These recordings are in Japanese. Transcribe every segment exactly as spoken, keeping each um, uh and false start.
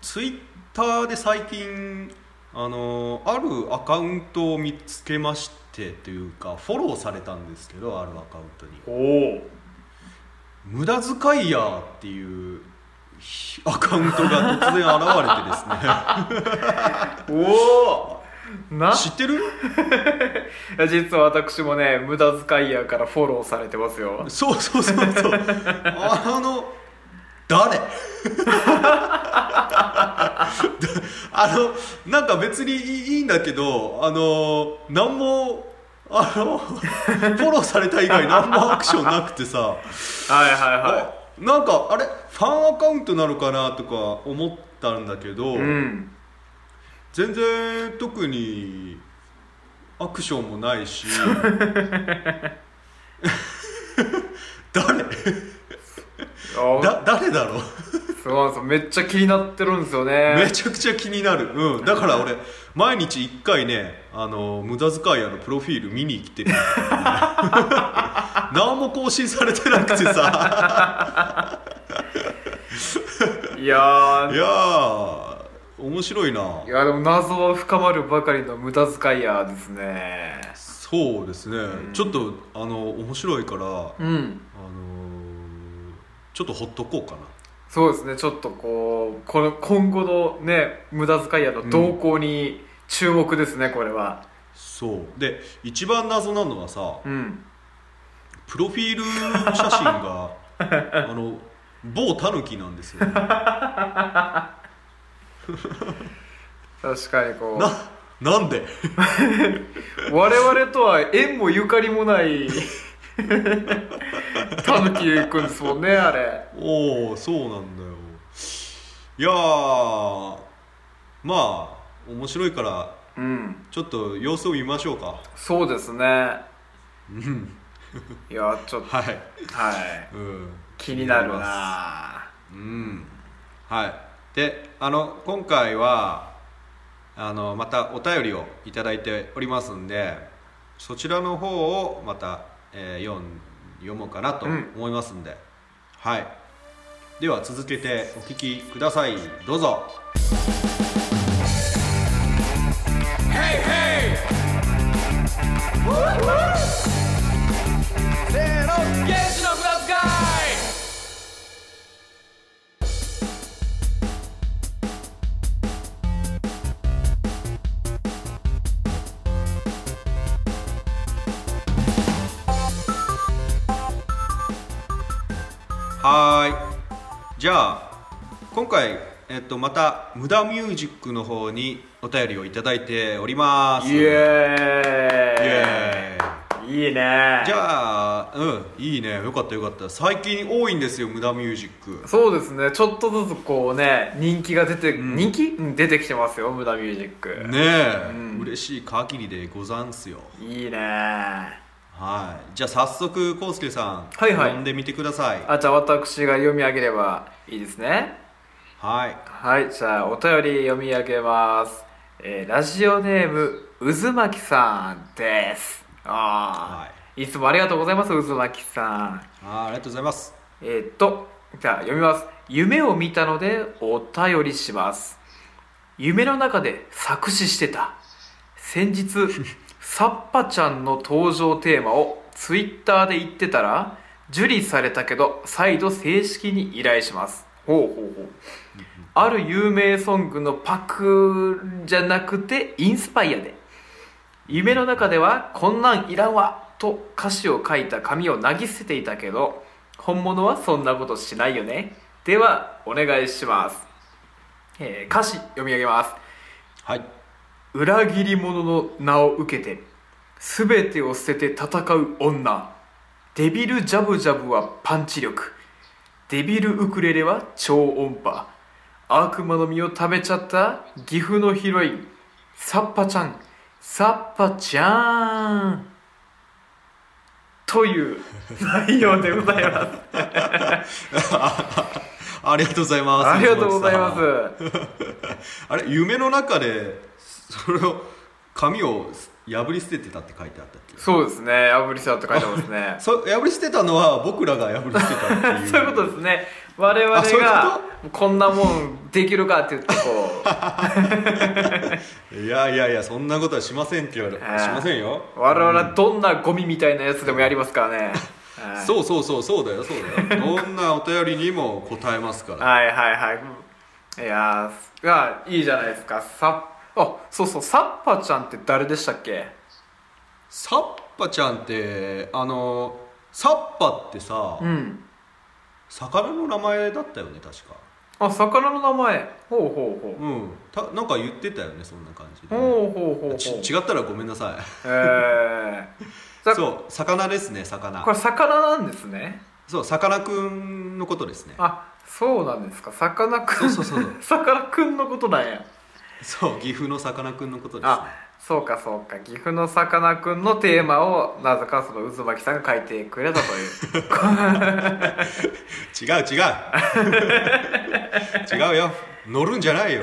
ツイッターで最近あのあるアカウントを見つけましてというかフォローされたんですけど、あるアカウントにお無駄遣いやーっていうアカウントが突然現れてですねおな知ってる？ 実は私もね無駄遣いやからフォローされてますよ。 そうそうそうそうあの誰あのなんか別にいいんだけど、あの何もあのフォローされた以外何もアクションなくてさはいはいはなんかあれファンアカウントなのかなとか思ったんだけど、 い、うん、 全然特にアクションもないし誰だ誰だろうそうなんですよ、めっちゃ気になってるんですよね。 めちゃくちゃ気になる、うん、だから俺毎日いっかいねあの無駄遣いやのプロフィール見に来てるんだけどね何も更新されてなくてさいやーいやー面白いな。 いやでも謎は深まるばかりの無駄遣いやですね。 そうですね、 うん、 ちょっとあの面白いから、 うん、 あのー、ちょっとほっとこうかな。 そうですね、ちょっとこうこの今後のね無駄遣いやの動向に注目ですね、うん、これは。 そうで一番謎なのはさ、 うん、 プロフィール写真があの某タヌキなんですよ、ね、 確かにこうななんで我々とは縁もゆかりもないタヌキくんですもんね、あれ。 おお、そうなんだよ。いやーまあ面白いから、うん、ちょっと様子を見ましょうか。 そうですね。 うんいやちょっとはいはい、 うん、 気になるな。 うんはいであの今回はあのまたお便りをいただいておりますんで、そちらの方をまた、えー、読, 読もうかなと思いますんで、うん、はいでは続けてお聞きください。どうぞ。 Hey, hey! Woo-hoo! せーの、ゲージの無駄遣い。 はいじゃあ今回、えっと、また無駄ミュージックの方にお便りをいただいております。 イエーイ、イエーイいいね。 じゃあうんいいね、よかったよかった。最近多いんですよ無駄ミュージック。 そうですね、ちょっとずつこうね人気が出て、うん、人気、うん、出てきてますよ無駄ミュージックねえ、うん、嬉しい限りでござんすよ。 いいね。 はい、じゃあ早速康介さん、 はいはい、 読んでみてください。 あ、じゃあ私が読み上げればいいですね。 はいはい、じゃあお便り読み上げます、えー、ラジオネーム渦巻さんです。あ、はい、いつもありがとうございます、渦巻さん。 あ、ありがとうございます。 えー、っとじゃあ読みます。夢を見たのでお便りします。夢の中で作詞してた。先日サッパちゃんの登場テーマをツイッターで言ってたら受理されたけど再度正式に依頼します。ほうほうほう。ある有名ソングのパクじゃなくてインスパイアで、夢の中ではこんなんいらんわと歌詞を書いた紙を投げ捨てていたけど本物はそんなことしないよね。ではお願いします、えー、歌詞読み上げます。 はい。 裏切り者の名を受けて全てを捨てて戦う女。デビルジャブジャブはパンチ力、デビルウクレレは超音波。悪魔の実を食べちゃった岐阜のヒロインサッパちゃん、サッパちゃんという内容でございますありがとうございます。 ありがとうございますあれ夢の中でそれを紙を破り捨ててたって書いてあったっけ？ そうですね、破り捨てたって書いてますねそ破り捨てたのは僕らが破り捨てたっていうそういうことですね。我々がこんなもんできるかって言ってこういやいやいや、そんなことはしませんって言われ、 えーしませんよ。 我々はどんなゴミみたいなやつでもやりますからね。はい、 そうそうそうそうだよそうだよどんなお便りにも答えますからはいはいはい。いやーがいいじゃないですか。さあそうそう、サッパちゃんって誰でしたっけ？ サッパちゃんってあのサッパってさ、 うん。 魚の名前だったよね確か。 あ、魚の名前。ほうほうほう。 うんたなんか言ってたよねそんな感じで、 ほうほうほうほう。 ち違ったらごめんなさいえー、 そう魚ですね魚。 これ魚なんですね。 そうさかなクンのことですね。 あ、そうなんですか。さかなクン。 そうそうそうさかなクンのことなんや。 そう岐阜のさかなクンのことですね。 あ、そうかそうか。岐阜のさかなクンのテーマをなぜかその渦巻さんが書いてくれたという。 違う違う違うよ乗るんじゃないよ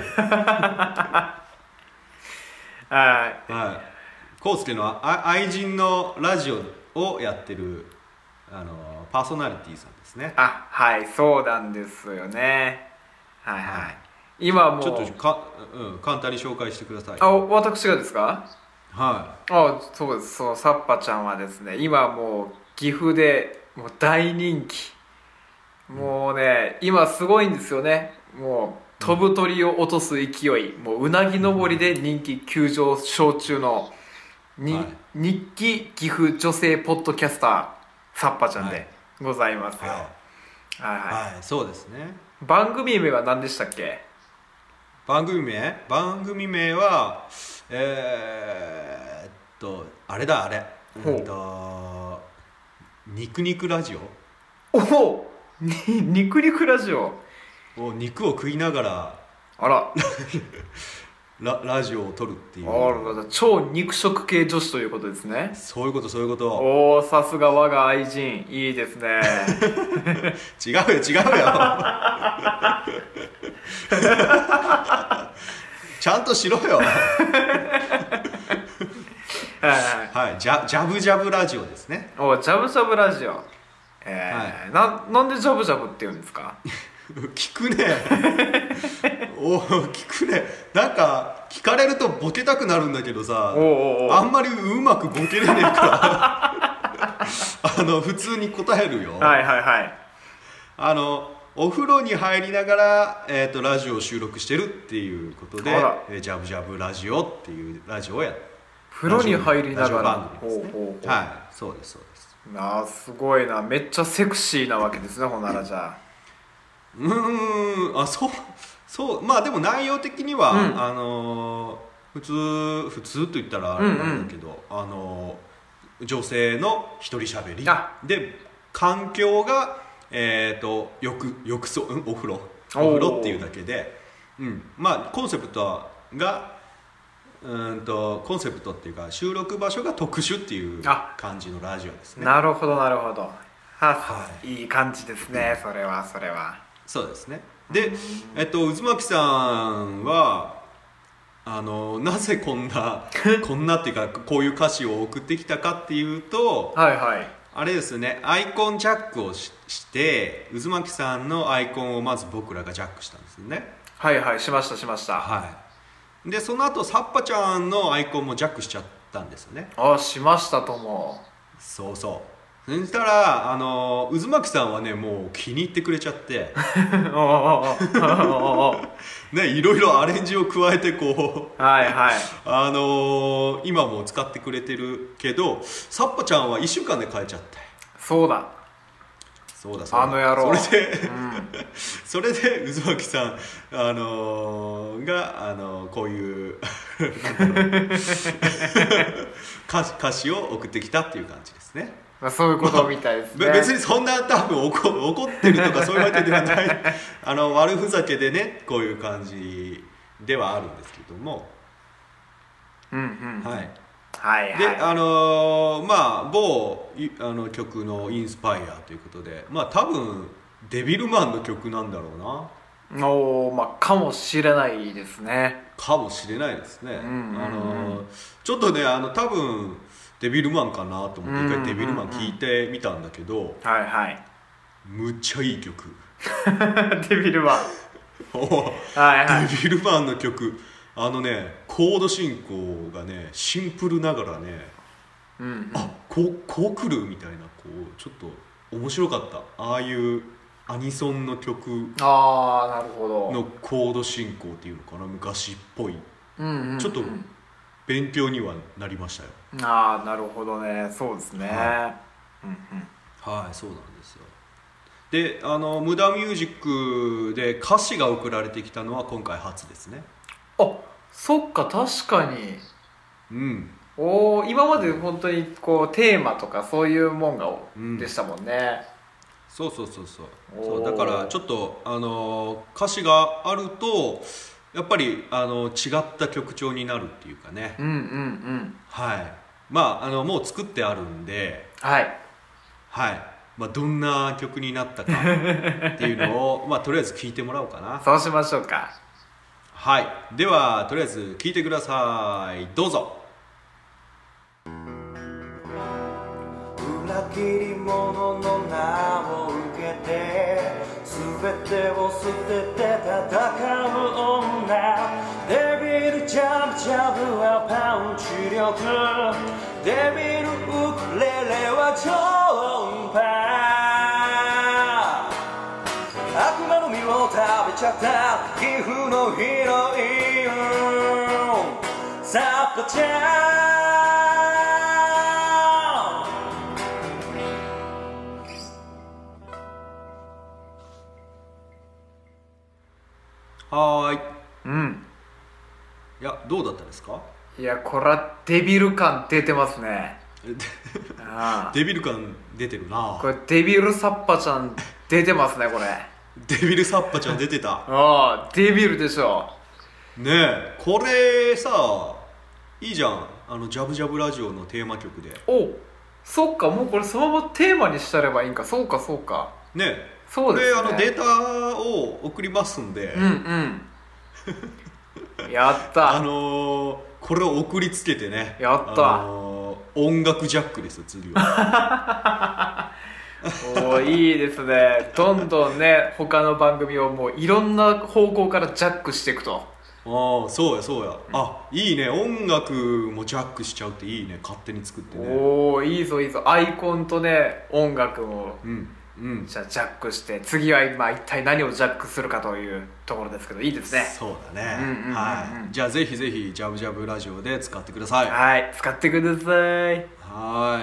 はいはい康介のあ愛人のラジオをやってるあのパーソナリティさんですね。 あ、はい、そうなんですよね。はいはい、はい、今もうちょっとか、うん、簡単に紹介してください。 あ、私がですか？ はあ、そうです。そう、サッパちゃんはですね、今もう岐阜でもう大人気。もうね、今すごいんですよね。もう飛ぶ鳥を落とす勢い、もううなぎ登りで人気急上昇中のに、 はい、 日記岐阜女性ポッドキャスターサッパちゃんでございますよ。 はいはいはい、はい、そうですね。 番組名は何でしたっけ？ 番組名番組名はえー、っとあれだあれえっと肉肉ラジオ。 おお肉肉ラジオ。 お肉を食いながらあらラ, ラジオを撮るっていう。 あら、超肉食系女子ということですね。 そういうことそういうこと。 おお、さすが我が愛人、いいですね。 違うよ違うよちゃんとしろよはいはい、ジャジャブジャブラジオですね。 お、ジャブジャブラジオ。えーはい、な, なんでジャブジャブって言うんですか？ 聞くねお聞くね。なんか聞かれるとボケたくなるんだけどさ、 おうおうおう、 あんまりうまくボケれねえからあの普通に答えるよ。 はいはいはい。 あのお風呂に入りながら、えー、とラジオを収録してるっていうことで、えー、ジャブジャブラジオっていうラジオをやって、 風呂に入りながら、 番組ですね。 ほうほうほう、 はい、そうですそうです。 なあ、すごいな。めっちゃセクシーなわけですね、ほんなら。じゃあうーん、あ、そうそう、まあでも内容的には、うん、あの普通普通と言ったらあれなんだけど、うんうん、あの女性の一人しゃべりで、環境がえーと浴浴槽、うん、お風呂お風呂っていうだけで、うん、まあコンセプトがうんとコンセプトっていうか収録場所が特殊っていう感じのラジオですね。 なるほどなるほど。は、 はい、 いい感じですね、それはそれは。 そうですね。で、えっと渦巻さんはあのなぜこんなこんなっていうかこういう歌詞を送ってきたかっていうと、 はいはい、 あれですね、アイコンジャックを し, して渦巻さんのアイコンをまず僕らがジャックしたんですよね。 はいはい、しましたしました。 はい。でその後サッパちゃんのアイコンもジャックしちゃったんですよね。 ああ、しましたとも。 そうそう。そしたらあの渦巻さんはねもう気に入ってくれちゃってね、いろいろアレンジを加えてこうはいはい、 あのー、今も使ってくれてるけど、サッパちゃんはいっしゅうかんで変えちゃって。 そうだそうだそうだ、 あの野郎。 それで、 うん、 それで渦巻さん、あのー、が、あのー、こういう歌, 歌詞を送ってきたっていう感じですね。 そういうことみたいですね。 別にそんな多分 怒, 怒ってるとかそういうわけではないあの悪ふざけでねこういう感じではあるんですけども、 うんうん、 はいはいはい、 であのー、まあ某あの曲のインスパイアということで、まあ多分デビルマンの曲なんだろうな。 おー、まあかもしれないですね。 かもしれないですね。 うんうんうん、 あのー、ちょっとねあの多分デビルマンかなと思って一回デビルマン聴いてみたんだけど、 はいはい、 むっちゃいい曲デビルマンはいはい。 デビルマンの曲、あのねコード進行がねシンプルながらね、 うんうん、 あこうこう来るみたいな、こうちょっと面白かった。ああいうアニソンの曲ああなるほどのコード進行っていうのかな、昔っぽい、 うんうんうん、 ちょっと勉強にはなりましたよ。 ああなるほどね、そうですね、 はうんうん、 はい、そうなんですよ。で、あのムダミュージックで歌詞が送られてきたのは今回初ですね。 あ、そっか、確かに。 うん。 おー、今まで本当にこうテーマとかそういうもんが、 うん、 でしたもんね。 そうそうそうそう。そうだからちょっとあの歌詞があるとやっぱりあの違った曲調になるっていうかね。 うんうんうん。 はい。まああのもう作ってあるんで。 はい。 はい。まあどんな曲になったかっていうのをまあとりあえず聞いてもらおうかな。 そうしましょうか。 はい。ではとりあえず聞いてください。どうぞ。 裏切り者の名を受けて全てを捨てて戦う女、デビルジャブジャブはパンチ力、デビルウクレレは超音波、悪魔の実を食べちゃった岐阜のヒロインサッパちゃん。 はーい。 うん。 いや、どうだったですか？ いや、これはデビル感出てますね。ああ、 デビル感出てるな。 これデビルサッパちゃん出てますね、これ。 デビルサッパちゃん出てた。 ああ、デビルでしょ。 ねえ、これさ、いいじゃん。あのジャブジャブラジオのテーマ曲で。 お、そっか、もうこれそのままテーマにしたればいいんか。そうかそうか。 ねえ。 そうですね、 これあのデータを送りますんで、 うんうんやったあのー、これを送りつけてね、 やった、 あのー、音楽ジャックですよ、次は。 おいいですね。どんどんね他の番組をもういろんな方向からジャックしていくと。 ああ、そうやそうや、うん、あ、いいね、音楽もジャックしちゃうっていいね、勝手に作ってね。 おお、いいぞいいぞ。アイコンとね音楽も、 うんうん、 じゃあジャックして、次は今一体何をジャックするかというところですけど、いいですね。 そうだね、 うんうんうんうん、 はい。じゃあぜひぜひジャブジャブラジオで使ってください。 はい、使ってください。 はい。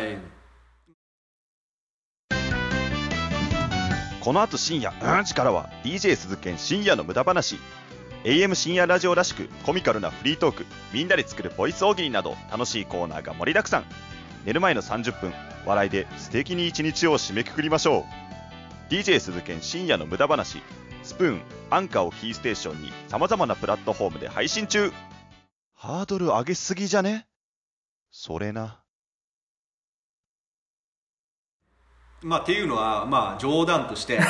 この後深夜うんちからは ディージェー 鈴研深夜の無駄話。 エーエム 深夜ラジオらしくコミカルなフリートーク、みんなで作るボイス大喜利など楽しいコーナーが盛りだくさん。寝る前のさんじゅっぷん、笑いで素敵に一日を締めくくりましょう。 ディージェー 鈴研深夜の無駄話、スプーン、アンカーをキーステーションに様々なプラットフォームで配信中。ハードル上げすぎじゃね？それな。 まあっていうのはまあ冗談として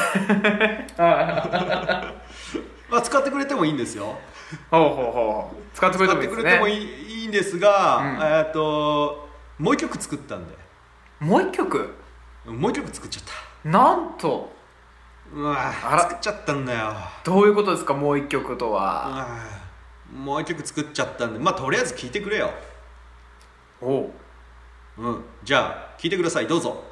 まあ使ってくれてもいいんですよ。 ほうほうほう、使ってくれてもいいですね。 使ってくれてもいい、いいんですが、うん、えー、っともう一曲作ったんで。 もう一曲もう一曲作っちゃった。 なんと、 うわ作っちゃったんだよ。 どういうことですか、もう一曲とは。 うもう一曲作っちゃったんで、まあとりあえず聴いてくれよ。 おう、 うん、じゃあ聴いてください、どうぞ。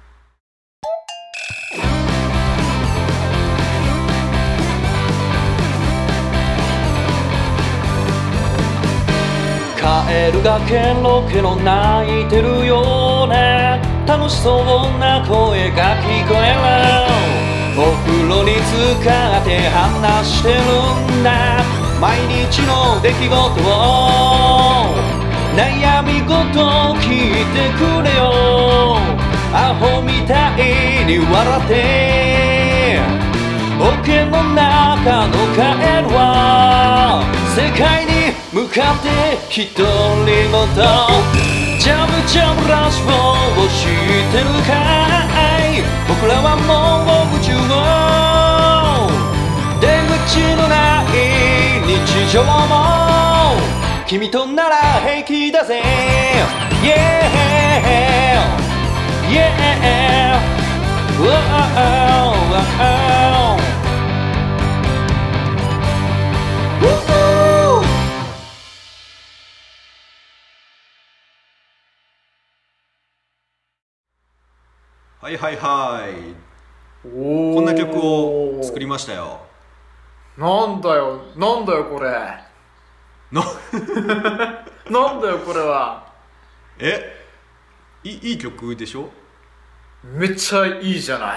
カエルがケロケロ泣いてるような楽しそうな声が聞こえる。お風呂に浸かって話してるんだ、毎日の出来事を。悩み事聞いてくれよ、アホみたいに笑って。桶の中のカエルは世界に向かって独り言。ジャブジャブラジオを知ってるかい？僕らはもう宇宙を出口のない日常も君となら平気だぜ。 Yeah Yeah Oh, oh, oh, oh. はいはいはいおーこんな曲を作りましたよ。 なんだよなんだよこれななんだよこれは。 えいいい曲でしょ。 めっちゃいいじゃない。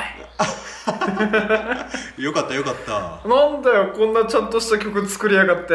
よかったよかった。 なんだよこんなちゃんとした曲作りやがって。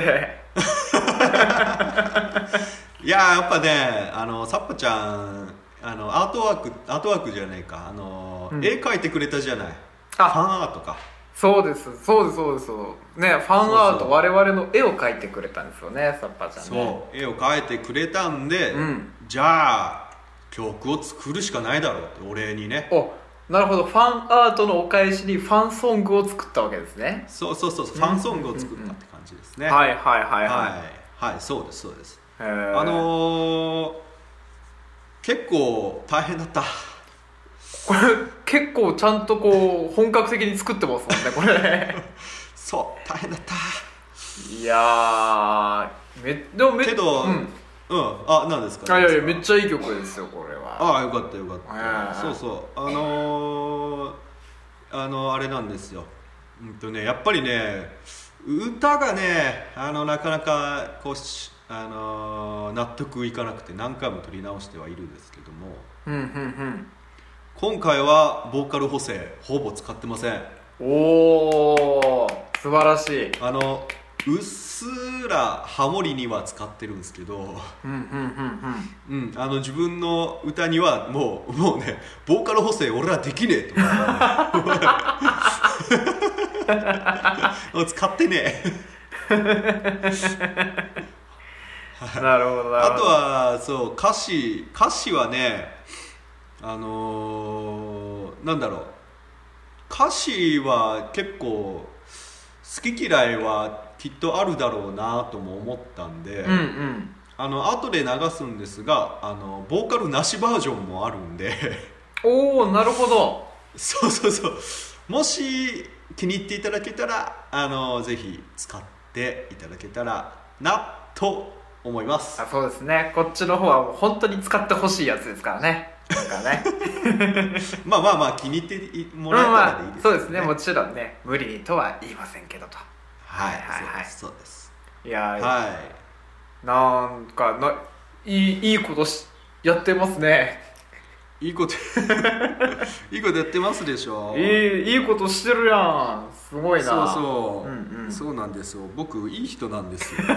いややっぱねあのサッパちゃんあのアートワークアートワークじゃないかあの、うん、絵描いてくれたじゃない。 あファンアートか。 そうですそうですそうですそうねファンアート我々の絵を描いてくれたんですよねサッパちゃんね。 そう絵を描いてくれたんで、うん、じゃあ曲を作るしかないだろうってお礼にね。 おなるほどファンアートのお返しにファンソングを作ったわけですね。 そうそうそう、うん、ファンソングを作ったって感じですね。 はいはいはいはいはい、はい、そうですそうです。あのー、結構大変だった。 これ結構ちゃんとこう本格的に作ってますもんねこれ。 そう大変だった。 いやーめでもめけど、うん、うん、あ何ですか。 いやいやめっちゃいい曲ですよこれは。 ああよかったよかった。そうそうあのー、あのあれなんですよ。うんとねやっぱりね歌がねあのなかなかこうあのー、納得いかなくて何回も撮り直してはいるんですけども、 うんうんうん、 今回はボーカル補正ほぼ使ってません。 おー素晴らしい。 あのうっすらハモリには使ってるんですけど、 うんうんうんうん、うん、あの自分の歌にはもうもうねボーカル補正俺らできねえとか、ね、使ってねえ。 なるほどなるほど。 あとはそう歌詞歌詞はねあのー、なんだろう歌詞は結構好き嫌いはきっとあるだろうなとも思ったんで、 うんうん、 あの後で流すんですがあのボーカルなしバージョンもあるんでおおなるほど。 そうそうそうもし気に入っていただけたらあのぜひ使っていただけたらなと思います。 あそうですねこっちの方はもう本当に使ってほしいやつですからねなんかねまあまあまあ気に入ってもらえたらでいいですね、 まあ、そうですねもちろんね無理にとは言いませんけどと。 はいはいはいそうです。 いやはいなんかないいいいことしやってますね。 いいこといいことやってますでしょ。 いいいいことしてるやんすごいな。 そうそう、 うんうん、 そうなんですよ僕いい人なんですよ。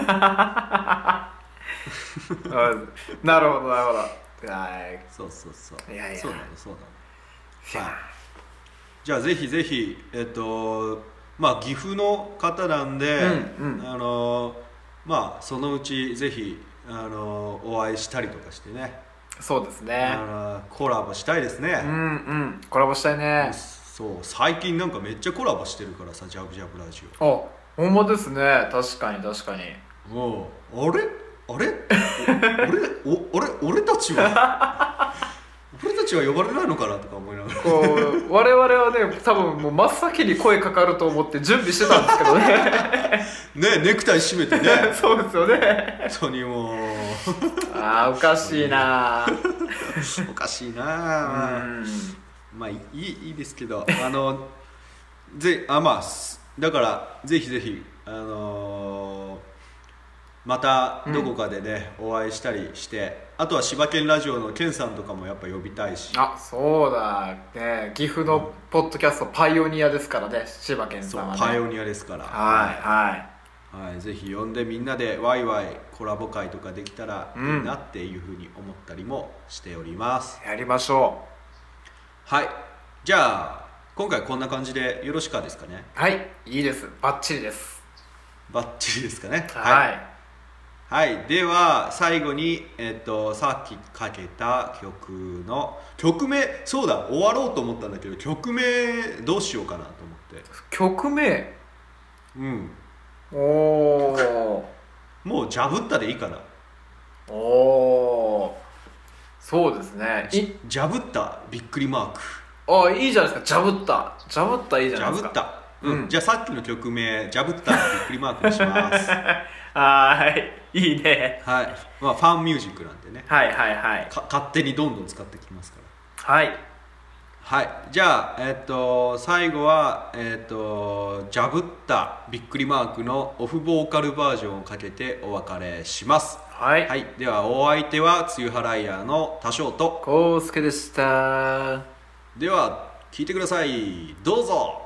なるほどなるほど。はいそうそうそういやいやそうなのそうなの、はい、じゃあぜひぜひえっとまあ岐阜の方なんで、 うんうん、 あのまあそのうちぜひあのお会いしたりとかしてね。 そうですねあコラボしたいですね。 うんうんコラボしたいね。 そう最近なんかめっちゃコラボしてるからさジャブジャブラジオ。あほんまですね確かに確かに。 おあれあれおおあれ俺たちは俺たちは呼ばれないのかなとか思いながらこう我々はね多分もう真っ先に声かかると思って準備してたんですけどねねネクタイ締めてねそうですよね本当にもうあーおかしいなおかしいなうんまあいいいいですけどあのぜあまあだからぜひぜひあのー、またどこかでね、うん、お会いしたりしてあとは柴犬ラジオのケンさんとかもやっぱ呼びたいし。 あそうだね岐阜のポッドキャストパイオニアですからね柴犬さんはね。 そうパイオニアですからはいはい、はい、ぜひ呼んでみんなでワイワイコラボ会とかできたらいいなっていうふうに思ったりもしております、 うん、やりましょう。はいじゃあ今回こんな感じでよろしかですかね。 はいいいですバッチリです。 バッチリですかね。 はい、 はいはい、では最後に、えっと、さっきかけた曲の曲名そうだ終わろうと思ったんだけど曲名どうしようかなと思って。 曲名うんおおもうジャブったでいいかな。 おおそうですねジャブったびっくりマーク。 あいいじゃないですかジャブったジャブったいいじゃないですか。 ジャブった、うん、じゃあさっきの曲名ジャブったびっくりマークにしますはいいいね。 はい、まあファンミュージックなんでね。 はいはいはいか勝手にどんどん使ってきますから。 はいはい、じゃあ、えっと、最後は、えっと、ジャブったびっくりマークのオフボーカルバージョンをかけてお別れします。 はい、 はい、ではお相手はつゆはライヤーの多少とこうすけでした。 では聞いてください、どうぞ。